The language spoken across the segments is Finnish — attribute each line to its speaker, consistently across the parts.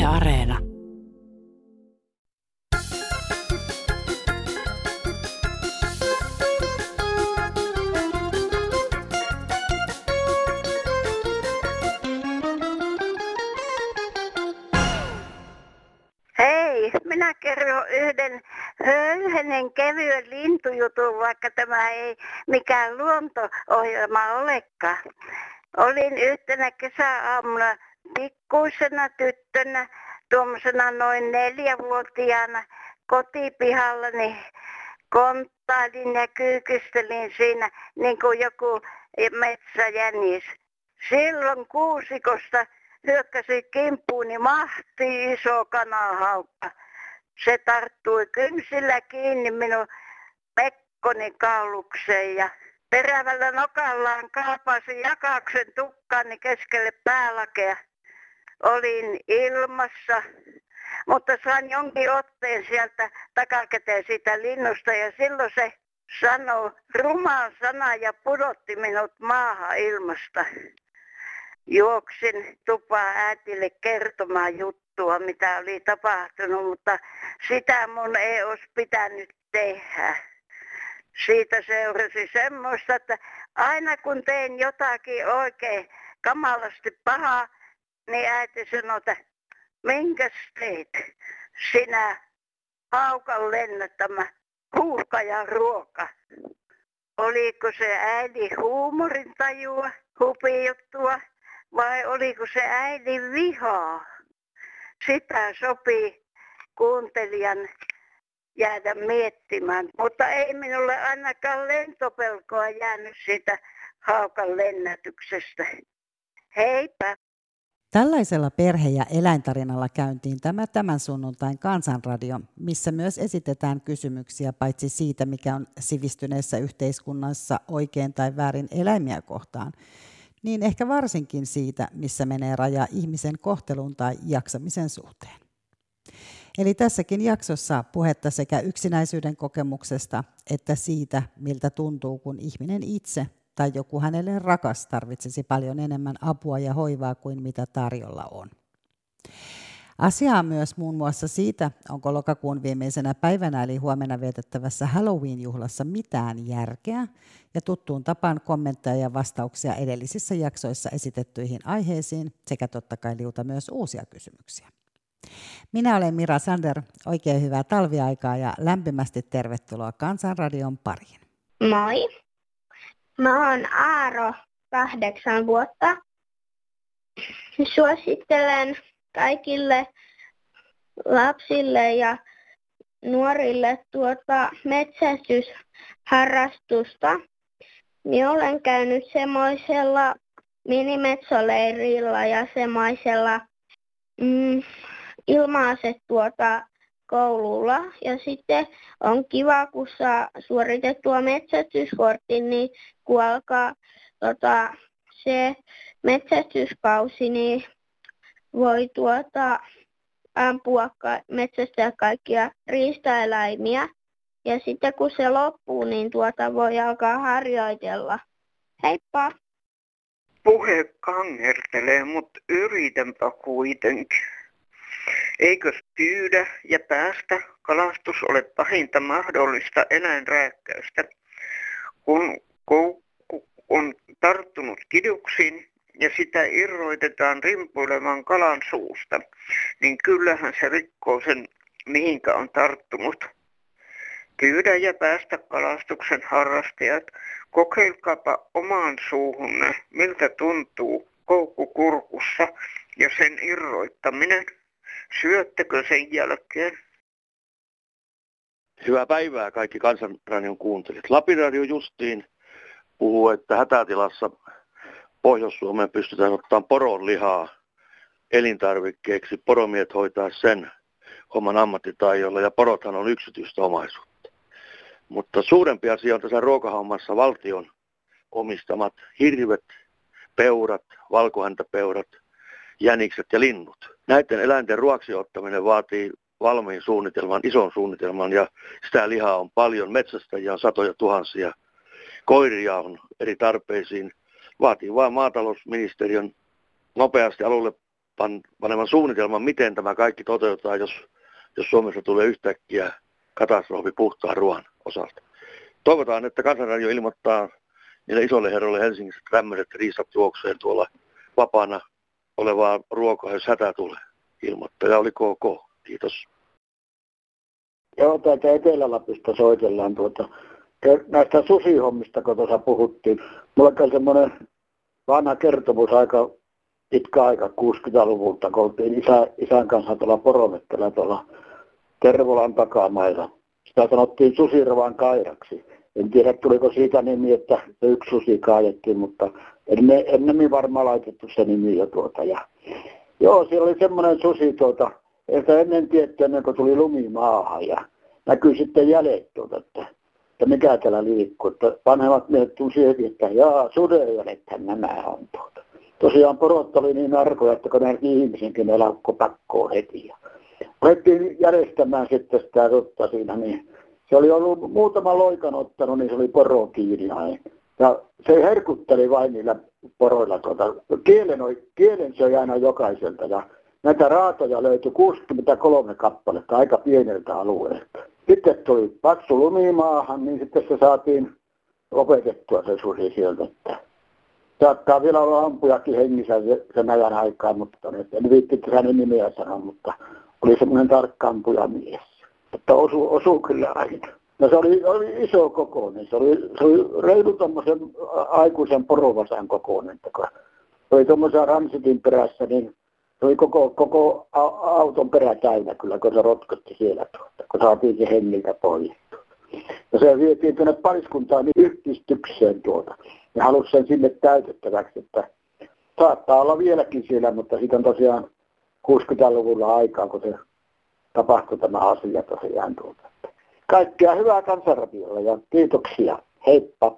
Speaker 1: Areena.
Speaker 2: Hei, minä kerron yhden höyhenen kevyen lintujutun, vaikka tämä ei mikään luonto-ohjelma olekaan. Olin yhtenä kesäaamuna pikkuisena tyttönä, tuommoisena noin 4-vuotiaana kotipihallani konttailin ja kyykistelin siinä niin kuin joku metsäjänis. Silloin kuusikosta hyökkäsi kimppuuni mahti iso kanahaukka. Se tarttui kynsillä kiinni minun pekkoni kaulukseen ja terävällä nokallaan kaapasi jakauksen tukkaani keskelle päälakea. Olin ilmassa, mutta sain jonkin otteen sieltä takakäteen siitä linnusta ja silloin se sanoi ruman sanan ja pudotti minut maahan ilmasta. Juoksin tupaan äitille kertomaan juttua, mitä oli tapahtunut, mutta sitä mun ei olisi pitänyt tehdä. Siitä seurasi semmoista, että aina kun tein jotakin oikein kamalasti pahaa, niin äiti sanoi, että minkäs teit sinä haukan lennättämä huuhka ja ruoka. Oliko se äidin huumorintajua, hupijuttua? Vai oliko se äidin vihaa? Sitä sopii kuuntelijan jäädä miettimään. Mutta ei minulle ainakaan lentopelkoa jäänyt siitä haukan lennätyksestä. Heipä!
Speaker 3: Tällaisella perhe- ja eläintarinalla käyntiin tämän sunnuntain Kansanradio, missä myös esitetään kysymyksiä paitsi siitä, mikä on sivistyneessä yhteiskunnassa oikein tai väärin eläimiä kohtaan, niin ehkä varsinkin siitä, missä menee raja ihmisen kohtelun tai jaksamisen suhteen. Eli tässäkin jaksossa puhetta sekä yksinäisyyden kokemuksesta että siitä, miltä tuntuu, kun ihminen itse tai joku hänelle rakas tarvitsisi paljon enemmän apua ja hoivaa kuin mitä tarjolla on. Asiaa myös muun muassa siitä, onko lokakuun viimeisenä päivänä eli huomenna vietettävässä Halloween-juhlassa mitään järkeä, ja tuttuun tapaan kommentteja ja vastauksia edellisissä jaksoissa esitettyihin aiheisiin sekä totta kai liuta myös uusia kysymyksiä. Minä olen Mira Sander, oikein hyvää talviaikaa ja lämpimästi tervetuloa Kansanradion pariin.
Speaker 4: Moi! Mä oon Aaro, 8 vuotta. Suosittelen kaikille lapsille ja nuorille metsästysharrastusta. Minä olen käynyt semmoisella minimetsoleirillä ja semmoisella ilmaiset koululla. Ja sitten on kiva, kun saa suoritettua metsästyskortin, niin kun alkaa se metsästyskausi, niin voi ampua metsästää kaikkia riistaeläimiä. Ja sitten kun se loppuu, niin voi alkaa harjoitella. Heippa!
Speaker 2: Puhe kangertelee, mutta yritänpä kuitenkin. Eikös pyydä ja päästä kalastus ole pahinta mahdollista eläinrääkkäystä, kun koukku on tarttunut kiduksiin ja sitä irroitetaan rimpuilevan kalan suusta, niin kyllähän se rikkoo sen, mihinkä on tarttunut. Pyydä ja päästä kalastuksen harrastajat, kokeilkaapa omaan suuhunne, miltä tuntuu koukku kurkussa ja sen irroittaminen. Syöttekö sen jälkeen?
Speaker 5: Hyvää päivää kaikki Kansanradion kuuntelijat. Lapin Radio justiin puhuu, että hätätilassa Pohjois-Suomeen pystytään ottamaan poronlihaa elintarvikkeeksi. Poromiehet hoitaa sen oman ammattitaidolla ja porothan on yksityistä omaisuutta. Mutta suurempi asia on tässä ruokahommassa valtion omistamat hirvet, peurat, valkohäntäpeurat, jänikset ja linnut. Näiden eläinten ruoaksi ottaminen vaatii valmiin suunnitelman, ison suunnitelman ja sitä lihaa on paljon. Metsästäjiä on satoja tuhansia, koiria on eri tarpeisiin. Vaatii vain maatalousministeriön nopeasti alulle panevan suunnitelman, miten tämä kaikki toteutetaan, jos Suomessa tulee yhtäkkiä katastrofi puhtaan ruoan osalta. Toivotaan, että Kansanradio ilmoittaa niille isoille herroille Helsingissä, että tämmöiset riistat juokseen tuolla vapaana olevaa ruokaa, jos hätä tulee. Ilmoittaja oli KK. Kiitos.
Speaker 1: Joo, täältä Etelä-Lapista soitellaan näistä susihommista, kun tuossa puhuttiin. Mulla käy semmoinen vanha kertomus aika pitkä aika 60-luvulta, kun oltiin isän kanssa tuolla Poromettellä tuolla Tervolan takamailla. Sitä sanottiin susirvan kairaksi. En tiedä, tuliko siitä nimi, että se yksi susi kaadettiin, mutta ennemmin varmaan laitettu se nimi jo Joo, siellä oli semmoinen susi että ennen tietty ennen kuin tuli lumi maahan ja näkyi sitten jäljet että mikä täällä liikkuu. Että vanhemmat miehet tunsivat, että sudenjäljethän nämä on Tosiaan porot oli niin arkoja, että kun näin ihmisenkin ne laukko pakkoon heti. Ja alettiin järjestämään sitten sitä siinä, niin se oli ollut muutama loikan ottanut, niin se oli poro kiinni. Ja se herkutteli vain niillä poroilla. Kielen söi aina jokaiselta. Ja näitä raatoja löytyi 63 kappaletta aika pieneltä alueelta. Sitten tuli paksu lumimaahan, niin sitten se saatiin lopetettua se susi sieltä. Saattaa vielä olla ampujakin hengissä sen ajan aikaan, mutta en viitti hänen nimeä sanoa, mutta oli semmoinen tarkka ampujamies. Että osuu kyllä aina. No se oli iso kokoinen. Se oli reilu tommosen aikuisen porovasan kokoinen. Kun oli tommosen ransitin perässä, niin se oli koko auton perä täynnä kyllä, kun se rotkotti siellä kun saatiin se hengiltä pois. Ja se vietiin tuonne pariskuntaan yhdistykseen ja halusi sen sinne täytettäväksi, että saattaa olla vieläkin siellä, mutta siitä on tosiaan 60-luvulla aikaa, kun se tapahtui tämä asia tosiaan Kaikkea hyvää Kansanradiolla ja kiitoksia. Heippa.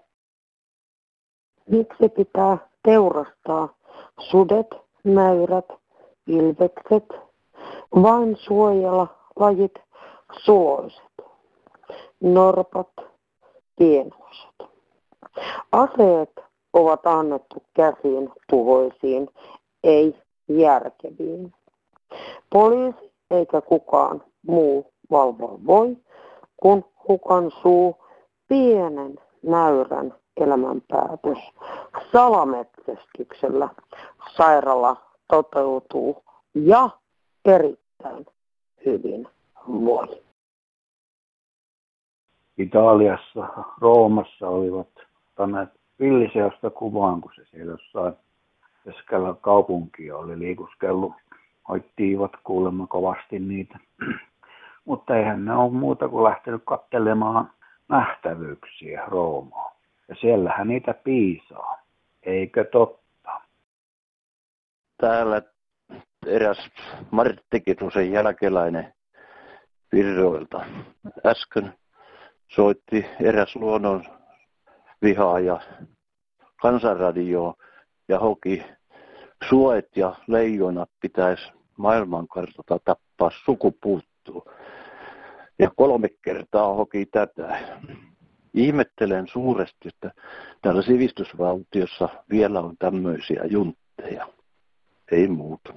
Speaker 6: Miksi pitää teurastaa sudet, mäyrät, ilvekset, vain suojella lajit suloiset, norpat, pienoiset. Aseet ovat annettu käsiin tuhoisiin, ei järkeviin. Poliisi eikä kukaan muu valvoa voi, kun hukan suu pienen näyrän elämänpäätös salametsästyksellä sairaala toteutuu ja erittäin hyvin voi.
Speaker 7: Italiassa, Roomassa olivat ottaneet villiseosta kuvaan, kun se siellä jossain keskellä kaupunkia oli liikuskellut. Hoittiivat kuulemma kovasti niitä. Mutta eihän ne ole muuta kuin lähtenyt katselemaan nähtävyyksiä Roomaan. Ja siellähän niitä piisaa. Eikö totta?
Speaker 5: Täällä eräs Martti Kitusen jälkeläinen Virroilta. Äsken soitti eräs luonnon vihaaja Kansanradioon ja hoki suoet ja leijonat pitäisi maailmankartalta tappaa sukupuuttoon. Ja 3 kertaa hoki tätä. Ihmettelen suuresti, että täällä sivistysvaltiossa vielä on tämmöisiä juntteja. Ei muuta.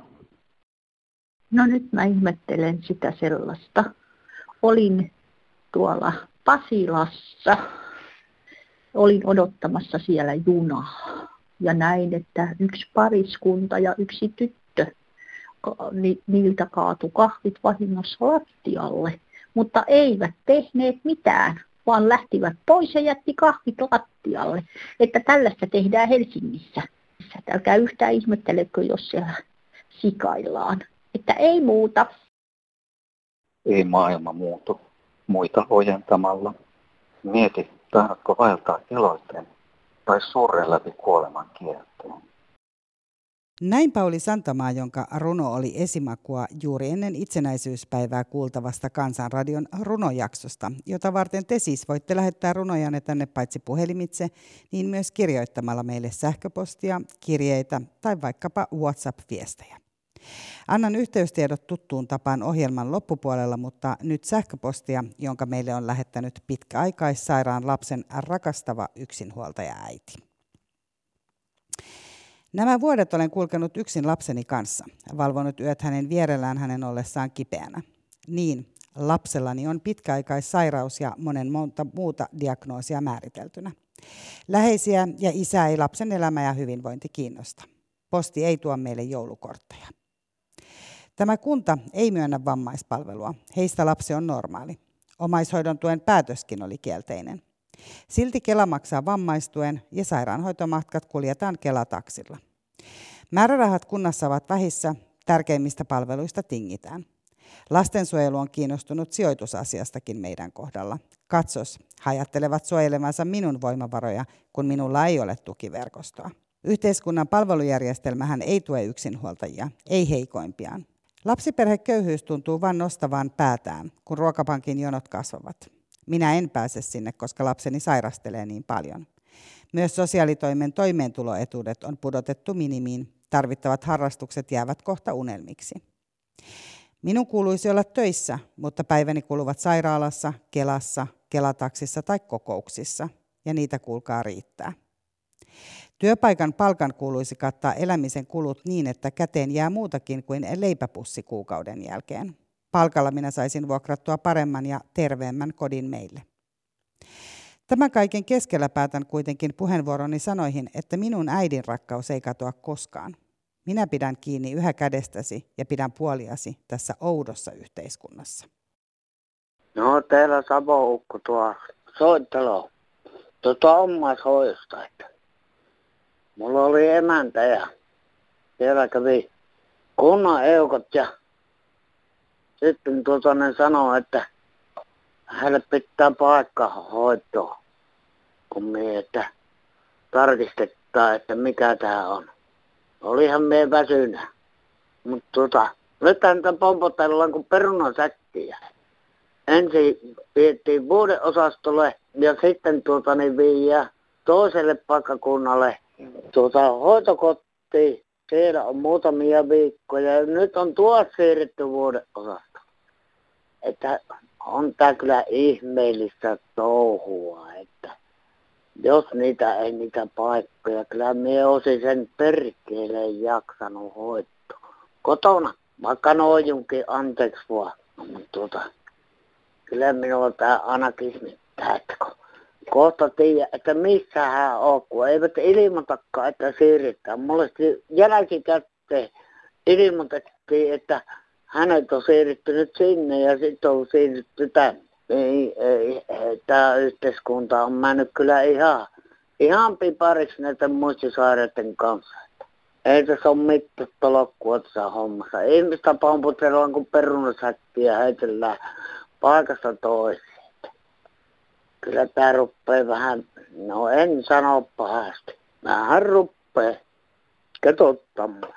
Speaker 8: No nyt mä ihmettelen sitä sellaista. Olin tuolla Pasilassa. Olin odottamassa siellä junaa. Ja näin, että yksi pariskunta ja yksi tyttö, niiltä kaatui kahvit vahingossa lattialle. Mutta eivät tehneet mitään, vaan lähtivät pois ja jätti kahvit lattialle. Että tällaista tehdään Helsingissä. Älkää yhtään ihmettelekö, jos siellä sikaillaan. Että ei muuta.
Speaker 9: Ei maailma muutu muita ojentamalla. Mieti, tahdotko vaeltaa iloiten vai surre läpi kuoleman kierteen.
Speaker 3: Näin Pauli Santamaa, jonka runo oli esimakua juuri ennen itsenäisyyspäivää kuultavasta Kansanradion runojaksosta, jota varten te siis voitte lähettää runojanne tänne paitsi puhelimitse, niin myös kirjoittamalla meille sähköpostia, kirjeitä tai vaikkapa WhatsApp-viestejä. Annan yhteystiedot tuttuun tapaan ohjelman loppupuolella, mutta nyt sähköpostia, jonka meille on lähettänyt pitkäaikaissairaan lapsen rakastava yksinhuoltaja äiti. Nämä vuodet olen kulkenut yksin lapseni kanssa, valvonut yöt hänen vierellään hänen ollessaan kipeänä. Niin, lapsellani on pitkäaikaissairaus ja monta muuta diagnoosia määriteltynä. Läheisiä ja isää ei lapsen elämä ja hyvinvointi kiinnosta. Posti ei tuo meille joulukortteja. Tämä kunta ei myönnä vammaispalvelua. Heistä lapsi on normaali. Omaishoidon tuen päätöskin oli kielteinen. Silti Kela maksaa vammaistuen ja sairaanhoitomatkat kuljetaan Kela-taksilla. Määrärahat kunnassa ovat vähissä, tärkeimmistä palveluista tingitään. Lastensuojelu on kiinnostunut sijoitusasiastakin meidän kohdalla. Katsos, he ajattelevat suojelevansa minun voimavaroja, kun minulla ei ole tukiverkostoa. Yhteiskunnan palvelujärjestelmähän ei tue yksinhuoltajia, ei heikoimpiaan. Lapsiperheköyhyys tuntuu vain nostavan päätään, kun ruokapankin jonot kasvavat. Minä en pääse sinne, koska lapseni sairastelee niin paljon. Myös sosiaalitoimen toimeentuloetuudet on pudotettu minimiin. Tarvittavat harrastukset jäävät kohta unelmiksi. Minun kuuluisi olla töissä, mutta päiväni kuluvat sairaalassa, Kelassa, Kelataksissa tai kokouksissa. Ja niitä kuulkaa riittää. Työpaikan palkan kuuluisi kattaa elämisen kulut niin, että käteen jää muutakin kuin leipäpussi kuukauden jälkeen. Palkalla minä saisin vuokrattua paremman ja terveemmän kodin meille. Tämän kaiken keskellä päätän kuitenkin puheenvuoroni sanoihin, että minun äidin rakkaus ei katoa koskaan. Minä pidän kiinni yhä kädestäsi ja pidän puoliasi tässä oudossa yhteiskunnassa.
Speaker 10: No täällä Savo-ukko tuo soittelo. Omaishoidosta. Mulla oli emäntä ja siellä kävi kunnan eukot ja sitten ne sanoi, että hänelle pitää paikka hoitoa, kun mie, että tarkistetaan, että mikä tää on. Olihan mie väsynä. Mutta nythän tätä pompotellaan kuin perunasäkkiä. Ensin vietiin vuodeosastolle ja sitten viiä toiselle paikkakunnalle hoitokotiin. Siellä on muutamia viikkoja ja nyt on siirretty vuodeosastolle. Että on tää kyllä ihmeellistä touhua, että jos niitä paikkoja, kyllä mie olisin sen perkeleen jaksanut hoitoa. Kotona, vaikka noijunkin, anteeksi vaan, mutta kyllä minulla tää anarkismi tähtko. Kohta tiedä, että missä hän on, kun eivät ilmoitakaan, että siirretään. Mulle jälkikäteen ilmoitettiin, että hänet on siirretty nyt sinne ja sitten on siirretty tänne. Tämä yhteiskunta on mennyt kyllä ihan pipariksi näiden muistisairaiden kanssa. Ei tässä ole mitään tolokkua tässä hommassa. Ihmistä pomputellaan kuin perunasäkkiä heitellään paikasta toiseen. Kyllä tämä ruppee vähän, no en sano pahasti. Vähän ruppee ketottamaan.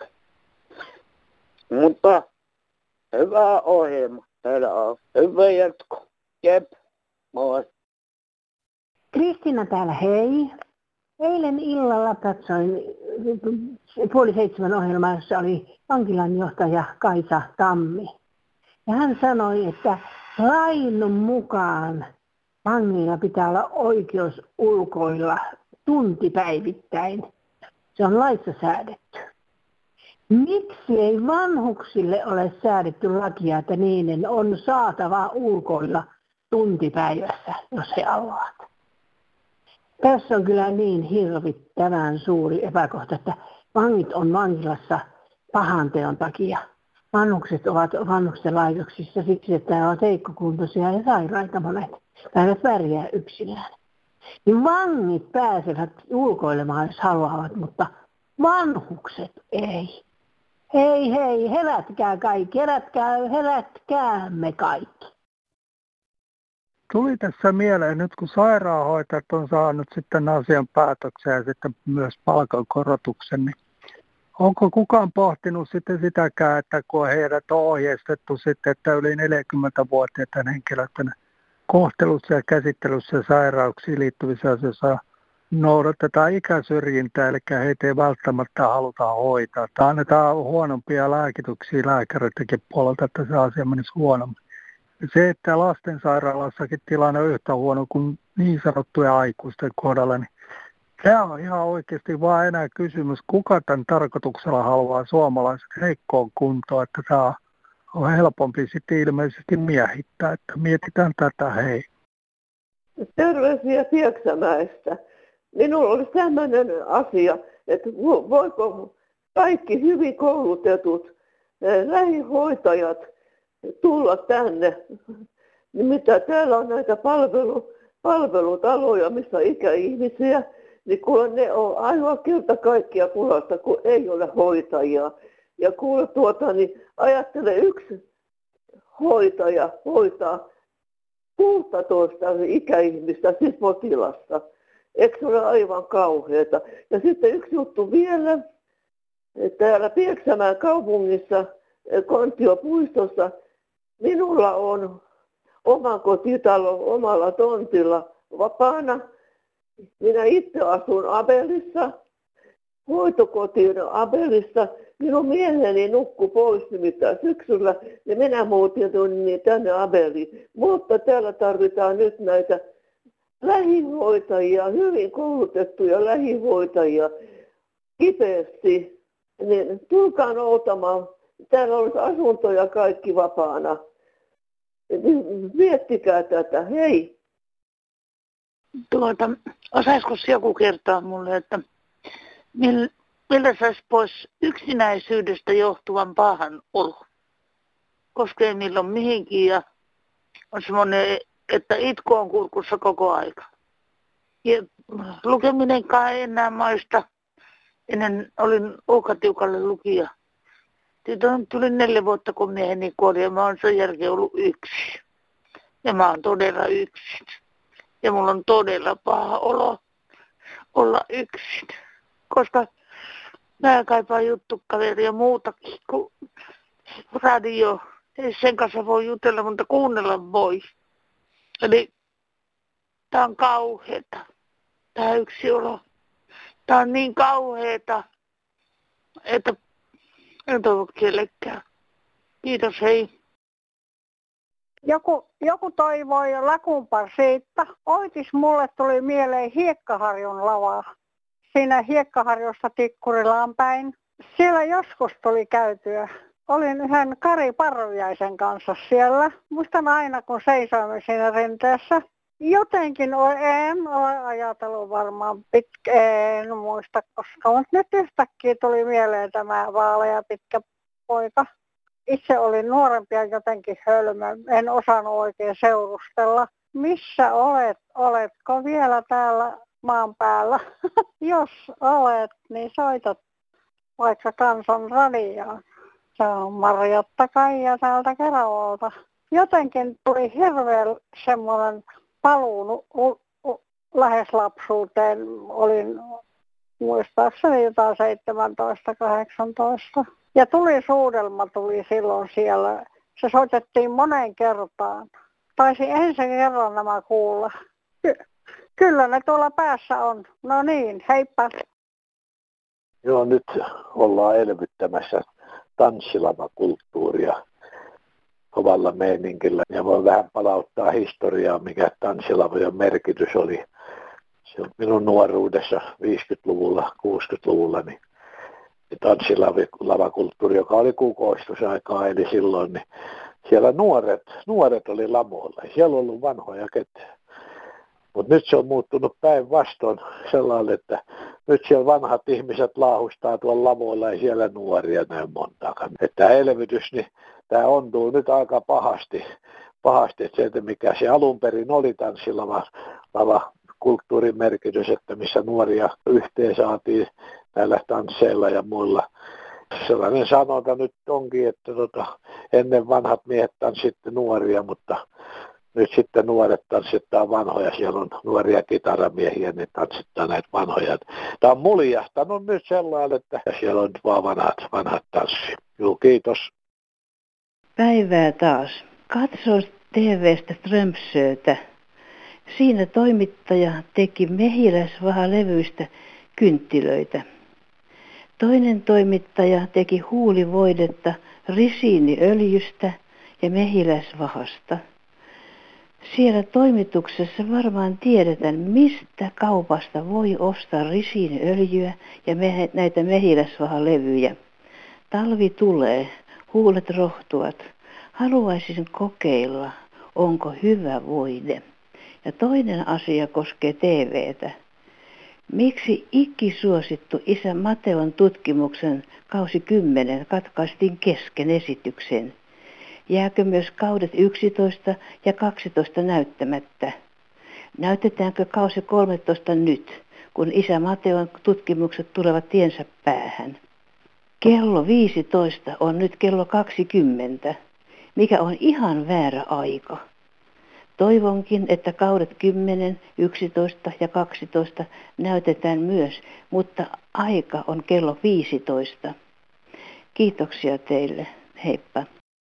Speaker 10: Mutta hyvä ohjelma. Teillä on hyvä jatko. Jep, moi.
Speaker 11: Kristiina täällä, hei. Eilen illalla katsoin 6:30 ohjelmaa, jossa oli vankilanjohtaja Kaisa Tammi. Ja hän sanoi, että lain mukaan vangilla pitää olla oikeus ulkoilla tuntipäivittäin. Se on laissa säädetty. Miksi ei vanhuksille ole säädetty lakia, että niiden on saatava ulkoilla tuntipäivässä, jos he haluavat? Tässä on kyllä niin hirvittävän suuri epäkohta, että vangit on vankilassa pahanteon takia. Vanhukset ovat vanhusten laitoksissa siksi, että he ovat heikkokuntoisia ja sairaita monet. Tai eivät pärjää yksinään. Niin vangit pääsevät ulkoilemaan, jos haluavat, mutta vanhukset ei. Hei, herätkää kaikki, herätkäämme kaikki.
Speaker 12: Tuli tässä mieleen, nyt kun sairaanhoitajat on saanut sitten asian päätöksen ja sitten myös palkankorotuksen, niin onko kukaan pohtinut sitten sitäkään, että kun heidät on ohjeistettu sitten, että yli 40-vuotiaiden henkilöiden kohtelussa ja käsittelyssä ja sairauksiin liittyvissä asioissa noudatetaan ikäsyrjintää, eli heitä ei välttämättä haluta hoitaa. Tai annetaan huonompia lääkityksiä lääkäreidenkin puolelta, että se asia menisi huonommin. Se, että lastensairaalassakin tilanne on yhtä huono kuin niin sanottuja aikuisten kohdalla, niin Tämä on ihan oikeasti vaan enää kysymys, kuka tämän tarkoituksella haluaa suomalaiset heikkoon kuntoon, että tämä on helpompi sitten ilmeisesti miehittää, että mietitään tätä hei.
Speaker 13: Terveisiä Pieksämäestä. Minulla oli sellainen asia, että voiko kaikki hyvin koulutetut lähihoitajat tulla tänne. Nimittäin täällä on näitä palvelutaloja, missä on ikäihmisiä, niin kuule ne on aivan kerta kaikkia pulasta, kun ei ole hoitajia. Ja kuule niin ajattele yksi hoitaja hoitaa 16 ikäihmistä, siis potilasta. Eikö se ole aivan kauheata? Ja sitten yksi juttu vielä, täällä Pieksämäen kaupungissa, Kontiopuistossa, minulla on oma kotitalo omalla tontilla vapaana. Minä itse asun Abelissa, hoitokotiin Abelissa. Minun mieheni nukkui pois nimittäin syksyllä ja minä muutin tänne Abeliin. Mutta täällä tarvitaan nyt näitä lähihoitajia, hyvin koulutettuja lähihoitajia kipeästi. Niin tulkaa noutamaan. Täällä olisi asuntoja kaikki vapaana. Miettikää tätä. Hei!
Speaker 14: Osaisiko joku kertoa mulle, että millä saisi pois yksinäisyydestä johtuvan pahan olo? Koskee milloin mihinkin ja on semmoinen, että itku on kurkussa koko aika. Ja lukeminenkaan ei enää maista. Ennen olin uhkatiukalle lukija. Tuli 4 vuotta, kun mieheni kuoli ja mä oon sen jälkeen ollut yksin. Ja mä oon todella yksin. Ja mulla on todella paha olo olla yksin. Koska mä kaipaan juttukaveria muutakin kuin radio. Ei sen kanssa voi jutella, mutta kuunnella voi. Eli tää on kauheeta. Tää yksinolo. Tää on niin kauheeta, että en toivo kellekään. Kiitos, hei.
Speaker 15: Joku toivoi Lakunpar siitä. Oitis mulle tuli mieleen Hiekkaharjun lava. Siinä Hiekkaharjussa Tikkurilaan päin. Siellä joskus tuli käytyä. Olin yhden Kari Parviaisen kanssa siellä. Muistan aina, kun seisoimme siinä rinteessä. Jotenkin en ole ajatellut varmaan en muista koska, mutta nyt yhtäkkiä tuli mieleen tämä vaalea pitkä poika. Itse olin nuorempi ja jotenkin hölmö, en osannut oikein seurustella. Missä olet? Oletko vielä täällä maan päällä? Jos olet, niin soitat vaikka Kansan radioon. Se on Marjatta Kaija täältä Keravalta. Jotenkin tuli hirveän semmoinen paluu lähes lapsuuteen. Olin muistaakseni jotain 17-18. Ja suudelma tuli silloin siellä. Se soitettiin moneen kertaan. Taisi ensin kerran nämä kuulla. Kyllä ne tuolla päässä on. No niin, heippa.
Speaker 16: Joo, nyt ollaan elvyttämässä tanssilavakulttuuria kovalla meiningillä. Ja voin vähän palauttaa historiaa, mikä tanssilavojen merkitys oli. Se on minun nuoruudessa 50-luvulla, 60-luvulla, niin tanssilavakulttuuri, joka oli kukoistusaikaa, eli silloin, niin siellä nuoret oli lamoilla. Ei siellä ollut vanhoja ketään. Mutta nyt se on muuttunut päinvastoin sellainen, että nyt siellä vanhat ihmiset laahustaa tuolla lamoilla, ei siellä nuoria näy montaakaan. Että tämä elvytys, niin tämä ontuu nyt aika pahasti, että se, mikä se alun perin oli tanssilava kulttuurin merkitys, että missä nuoria yhteen saatiin näillä tansseilla ja muilla. Sellainen sanonta nyt onkin, että ennen vanhat miehet tanssitte nuoria, mutta nyt sitten nuoret tanssittaa vanhoja. Siellä on nuoria kitaramiehiä, niin tanssittaa näitä vanhoja. Tämä on muljahtanut nyt sellainen, että siellä on vaan vanhat tanssi. Joo, kiitos.
Speaker 17: Päivää taas. Katsoin TV:stä Strömsötä. Siinä toimittaja teki mehiläisvahalevyistä kynttilöitä. Toinen toimittaja teki huulivoidetta risiiniöljystä ja mehiläisvahasta. Siellä toimituksessa varmaan tiedetään, mistä kaupasta voi ostaa risiiniöljyä ja näitä mehiläisvahalevyjä. Talvi tulee, huulet rohtuvat. Haluaisin kokeilla, onko hyvä voide. Ja toinen asia koskee TV:tä. Miksi ikisuosittu isä Mateon tutkimuksen kausi 10 katkaistiin kesken esityksen? Jääkö myös kaudet 11 ja 12 näyttämättä? Näytetäänkö kausi 13 nyt, kun isä Mateon tutkimukset tulevat tiensä päähän? Kello 15 on nyt kello 20, mikä on ihan väärä aika. Toivonkin, että kaudet 10, 11 ja 12 näytetään myös, mutta aika on kello 15. Kiitoksia teille. Heippa.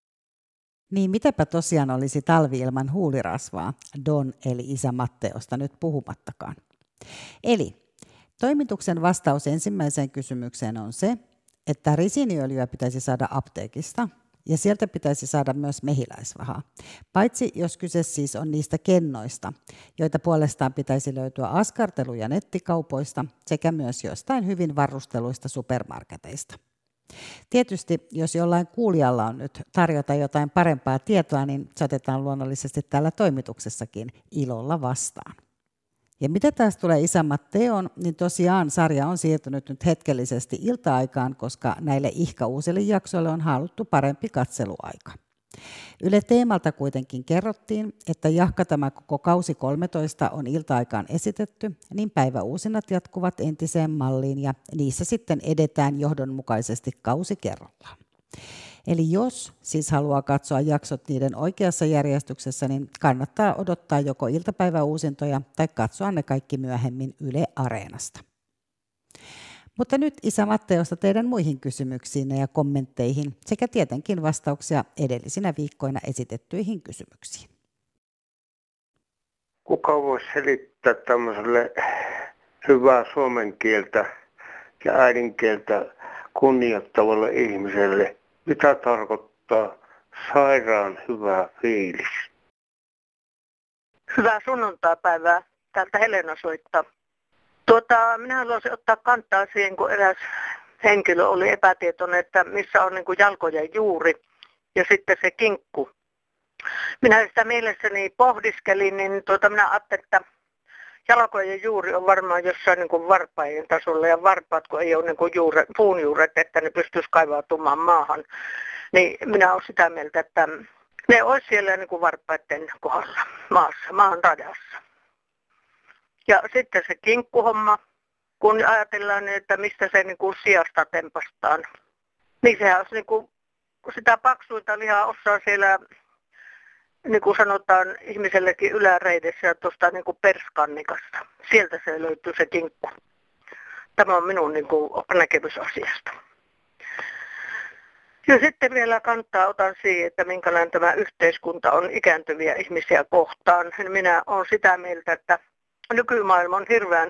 Speaker 3: Niin mitäpä tosiaan olisi talvi ilman huulirasvaa, Don eli isä Matteosta nyt puhumattakaan. Eli toimituksen vastaus ensimmäiseen kysymykseen on se, että risiiniöljyä pitäisi saada apteekista ja sieltä pitäisi saada myös mehiläisvahaa, paitsi jos kyse siis on niistä kennoista, joita puolestaan pitäisi löytyä askartelu- ja nettikaupoista sekä myös jostain hyvin varusteluista supermarketeista. Tietysti, jos jollain kuulijalla on nyt tarjota jotain parempaa tietoa, niin se otetaan luonnollisesti täällä toimituksessakin ilolla vastaan. Ja mitä taas tulee isä Matteoon, niin tosiaan sarja on siirtynyt nyt hetkellisesti ilta-aikaan, koska näille uusille jaksoille on haluttu parempi katseluaika. Yle Teemalta kuitenkin kerrottiin, että jahka tämä koko kausi 13 on ilta-aikaan esitetty, niin päiväuusinat jatkuvat entiseen malliin ja niissä sitten edetään johdonmukaisesti kausi kerrallaan. Eli jos siis haluaa katsoa jaksot niiden oikeassa järjestyksessä, niin kannattaa odottaa joko iltapäiväuusintoja tai katsoa ne kaikki myöhemmin Yle Areenasta. Mutta nyt isä Matteosta teidän muihin kysymyksiin ja kommentteihin sekä tietenkin vastauksia edellisinä viikkoina esitettyihin kysymyksiin.
Speaker 18: Kuka voisi selittää tämmöiselle hyvää suomen kieltä ja äidinkieltä kunnioittavalle ihmiselle, mitä tarkoittaa sairaan hyvä fiilis?
Speaker 14: Hyvää sunnuntaipäivää. Täältä Helena soittaa. Minä haluaisin ottaa kantaa siihen, kun eräs henkilö oli epätietoinen, että missä on niin kuin jalkojen juuri ja sitten se kinkku. Minä sitä mielessäni pohdiskelin, niin minä ajattelin, että jalkojen juuri on varmaan jossain niin kuin varpaiden tasolla ja varpaat, kun ei ole niin kuin puun juuret, että ne pystyisi kaivautumaan maahan. Niin minä olen sitä mieltä, että ne olisi siellä niin kuin varpaiden kohdalla maassa, maan radassa. Ja sitten se kinkkuhomma, kun ajatellaan, että mistä se niin kuin sijasta tempastaan. Niin sehän olisi niin kuin, sitä paksuinta lihaa osaa siellä, niin kuin sanotaan ihmisellekin yläreidessä ja tuosta niin kuin perskannikasta. Sieltä se löytyy se kinkku. Tämä on minun niin kuin näkemys asiasta. Ja sitten vielä kantaa otan siihen, että minkälainen tämä yhteiskunta on ikääntyviä ihmisiä kohtaan. Minä olen sitä mieltä, että nykymaailma on hirveän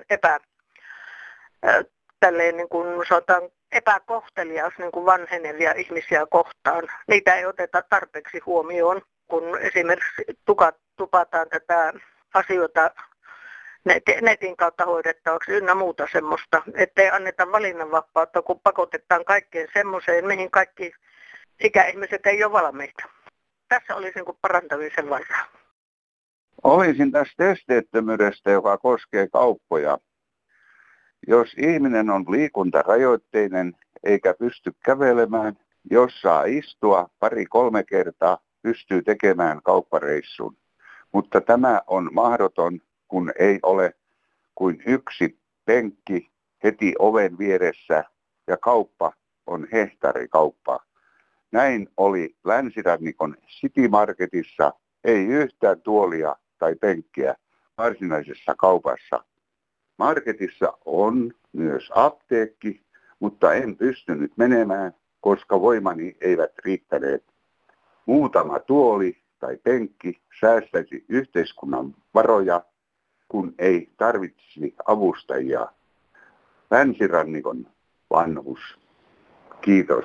Speaker 14: niin kuin sanotaan, epäkohtelias niin kuin vanhenevia ihmisiä kohtaan. Niitä ei oteta tarpeeksi huomioon, kun esimerkiksi tupataan tätä asioita netin kautta hoidettavaksi ynnä muuta semmoista, ettei anneta valinnanvapautta, kun pakotetaan kaikkeen semmoiseen, mihin kaikki ikäihmiset ei ole valmiita. Tässä olisi niin kuin parantamisen varaa.
Speaker 19: Olisin tästä esteettömyydestä, joka koskee kauppoja. Jos ihminen on liikuntarajoitteinen eikä pysty kävelemään, jos saa istua 2-3 kertaa, pystyy tekemään kauppareissun. Mutta tämä on mahdoton, kun ei ole kuin yksi penkki heti oven vieressä ja kauppa on hehtaarikauppa. Näin oli Länsirannikon City Marketissa, ei yhtään tuolia tai penkkiä varsinaisessa kaupassa. Marketissa on myös apteekki, mutta en pystynyt menemään, koska voimani eivät riittäneet. Muutama tuoli tai penkki säästäisi yhteiskunnan varoja, kun ei tarvitsisi avustajia. Länsirannikon vanhus. Kiitos.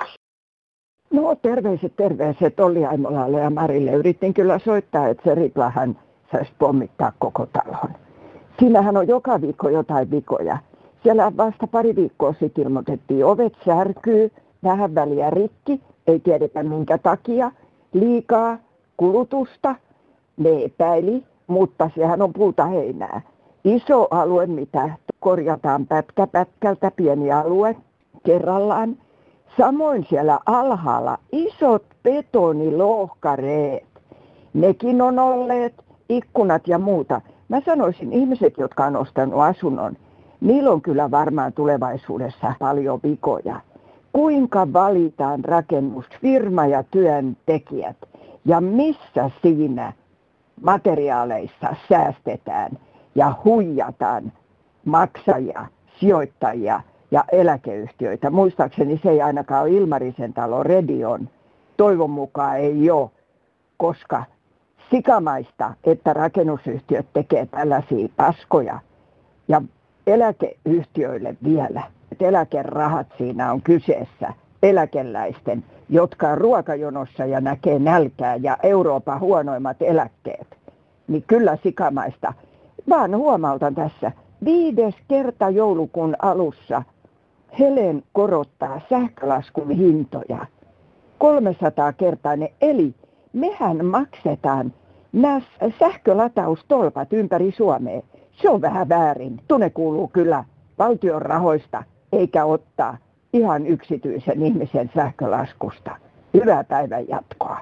Speaker 20: No terveiset Olli Aimolalle ja Marille. Yritin kyllä soittaa, että se riplahan saisi pommittaa koko talon. Siinähän on joka viikko jotain vikoja. Siellä vasta pari viikkoa sitten ilmoitettiin, ovet särkyy, vähän väliä rikki, ei tiedetä minkä takia, liikaa kulutusta, ne epäili, mutta sehän on puuta heinää. Iso alue, mitä korjataan pätkä pätkältä, pieni alue kerrallaan. Samoin siellä alhaalla isot betonilohkareet, nekin on olleet, ikkunat ja muuta. Mä sanoisin, ihmiset, jotka on ostanut asunnon, niillä on kyllä varmaan tulevaisuudessa paljon vikoja. Kuinka valitaan rakennusfirma ja työntekijät ja missä siinä materiaaleissa säästetään ja huijataan maksajia, sijoittajia ja eläkeyhtiöitä. Muistaakseni se ei ainakaan ole Ilmarisen talo Redion. Toivon mukaan ei ole, koska sikamaista, että rakennusyhtiöt tekee tällaisia paskoja ja eläkeyhtiöille vielä. Että eläkerahat siinä on kyseessä eläkeläisten, jotka on ruokajonossa ja näkee nälkää ja Euroopan huonoimmat eläkkeet. Niin kyllä sikamaista. Vaan huomautan tässä, 5. kerta joulukuun alussa Helen korottaa sähkölaskun hintoja 300-kertainen, eli mehän maksetaan nämä sähkölataustolpat ympäri Suomea. Se on vähän väärin. Tunne kuuluu kyllä valtion rahoista, eikä ottaa ihan yksityisen ihmisen sähkölaskusta. Hyvää päivän jatkoa.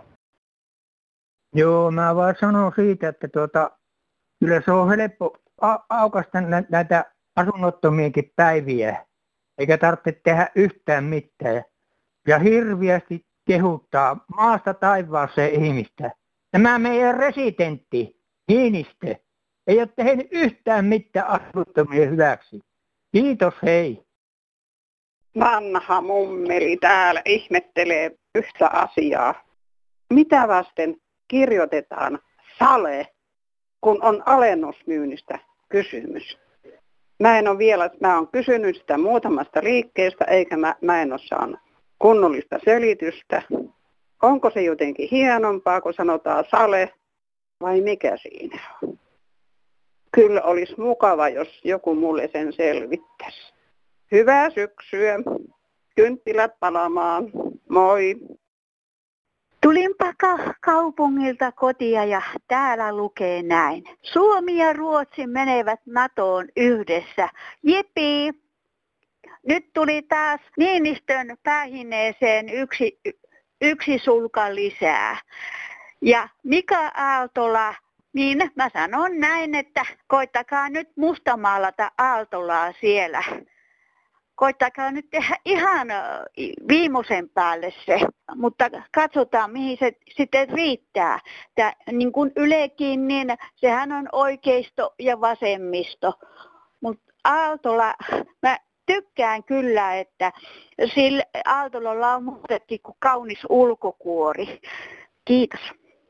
Speaker 12: Joo, mä vaan sanon siitä, että kyllä se on helppo aukaista näitä asunnottomienkin päiviä, eikä tarvitse tehdä yhtään mitään. Ja hirviästi kehuttaa maasta taivaaseen ihmistä. Tämä meidän residentti, Niinistö, ei ole tehnyt yhtään mitään asunnottomien hyväksi. Kiitos, hei.
Speaker 21: Vanha mummeli täällä ihmettelee yhtä asiaa. Mitä vasten kirjoitetaan sale, kun on alennusmyynnistä kysymys? Mä oon kysynyt sitä muutamasta liikkeestä, eikä mä en ole saanut kunnollista selitystä. Onko se jotenkin hienompaa, kun sanotaan sale, vai mikä siinä on? Kyllä olisi mukava, jos joku mulle sen selvittäisi. Hyvää syksyä. Kynttilät palamaan. Moi.
Speaker 22: Tulinpa kaupungilta kotia ja täällä lukee näin. Suomi ja Ruotsi menevät NATOon yhdessä. Jipii! Nyt tuli taas Niinistön päähineeseen yksi sulka lisää. Ja Mika Aaltola, niin mä sanon näin, että koittakaa nyt mustamaalata Aaltolaa siellä. Koittakaa nyt tehdä ihan viimeisen päälle se, mutta katsotaan mihin se sitten riittää. Niin kuin Ylekin, niin sehän on oikeisto ja vasemmisto. Mutta Aaltola, mä tykkään kyllä, että sillä Aaltolalla on muutenkin kuin kaunis ulkokuori. Kiitos.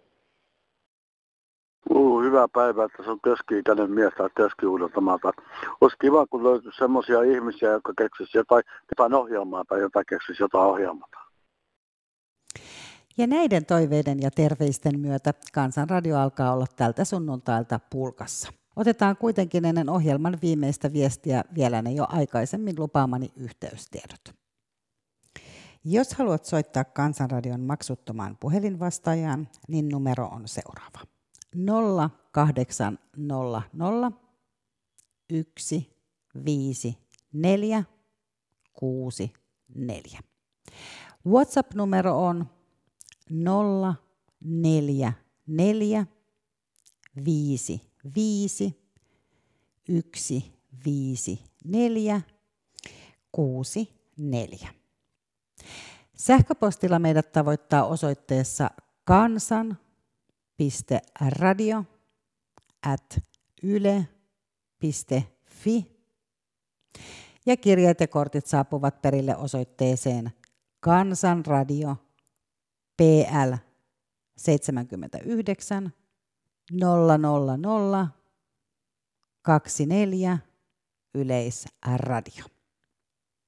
Speaker 23: Hyvää päivää, että se on keski-ikäinen mies tai Keski-Uudeltamaalta. Olisi kiva, kun löytyisi semmoisia ihmisiä, jotka keksisi jotain ohjelmaa tai jotain keksisi jotain ohjelmaa.
Speaker 3: Ja näiden toiveiden ja terveisten myötä Kansanradio alkaa olla tältä sunnuntailta pulkassa. Otetaan kuitenkin ennen ohjelman viimeistä viestiä vielä ne jo aikaisemmin lupaamani yhteystiedot. Jos haluat soittaa Kansanradion maksuttomaan puhelinvastaajaan, niin numero on seuraava. 0800 154 64. WhatsApp-numero on 044 55 154 64. Sähköpostilla meidät tavoittaa osoitteessa kansan.radio@yle.fi ja kirjeet ja kortit saapuvat perille osoitteeseen Kansanradio PL 79 000 24 Yleisradio.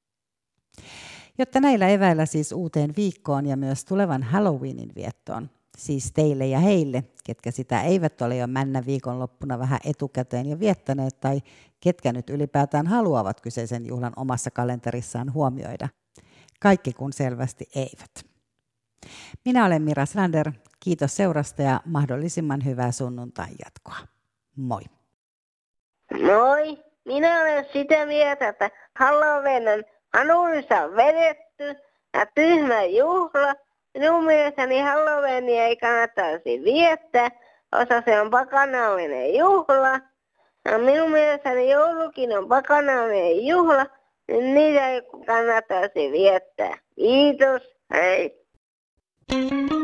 Speaker 3: Jotta näillä eväillä siis uuteen viikkoon ja myös tulevan Halloweenin viettoon siis teille ja heille, ketkä sitä eivät ole jo männä viikonloppuna vähän etukäteen jo viettäneet tai ketkä nyt ylipäätään haluavat kyseisen juhlan omassa kalenterissaan huomioida. Kaikki kun selvästi eivät. Minä olen Mira Slander. Kiitos seurasta ja mahdollisimman hyvää sunnuntain jatkoa. Moi!
Speaker 1: Moi! Minä olen sitä mieltä, että Halloween on hanuunsa vedetty ja tyhmä juhla. Minun mielestäni Halloweenia ei kannattaisi viettää, osa se on pakanallinen juhla. Ja minun mielestäni joulukin on pakanallinen juhla, niin niitä ei kannattaisi viettää. Kiitos, hei!